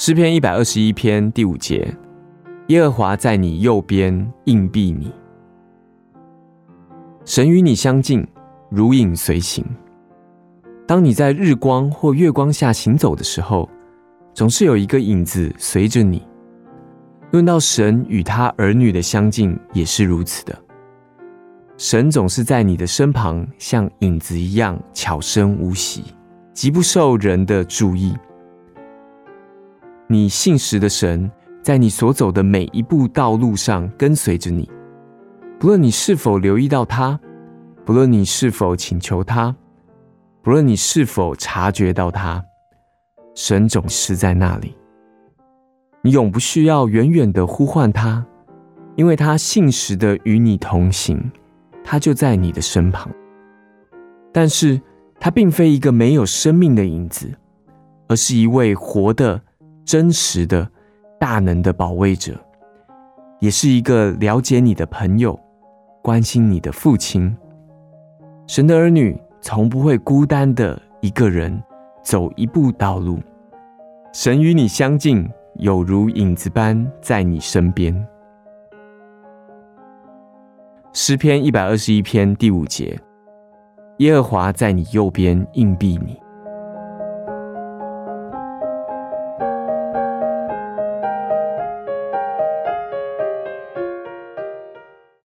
诗篇121篇第5节，耶和华在你右边硬币你。神与你相近，如影随形。当你在日光或月光下行走的时候，总是有一个影子随着你。论到神与他儿女的相近也是如此的，神总是在你的身旁，像影子一样悄声无息，极不受人的注意。你信实的神在你所走的每一步道路上跟随着你，不论你是否留意到他，不论你是否请求他，不论你是否察觉到他，神总是在那里。你永不需要远远的呼唤他，因为他信实的与你同行，他就在你的身旁。但是他并非一个没有生命的影子，而是一位活的、真实的、大能的保卫者，也是一个了解你的朋友，关心你的父亲。神的儿女从不会孤单的一个人走一步道路，神与你相近，有如影子般在你身边。诗篇121篇第5节，耶和华在你右边硬币你。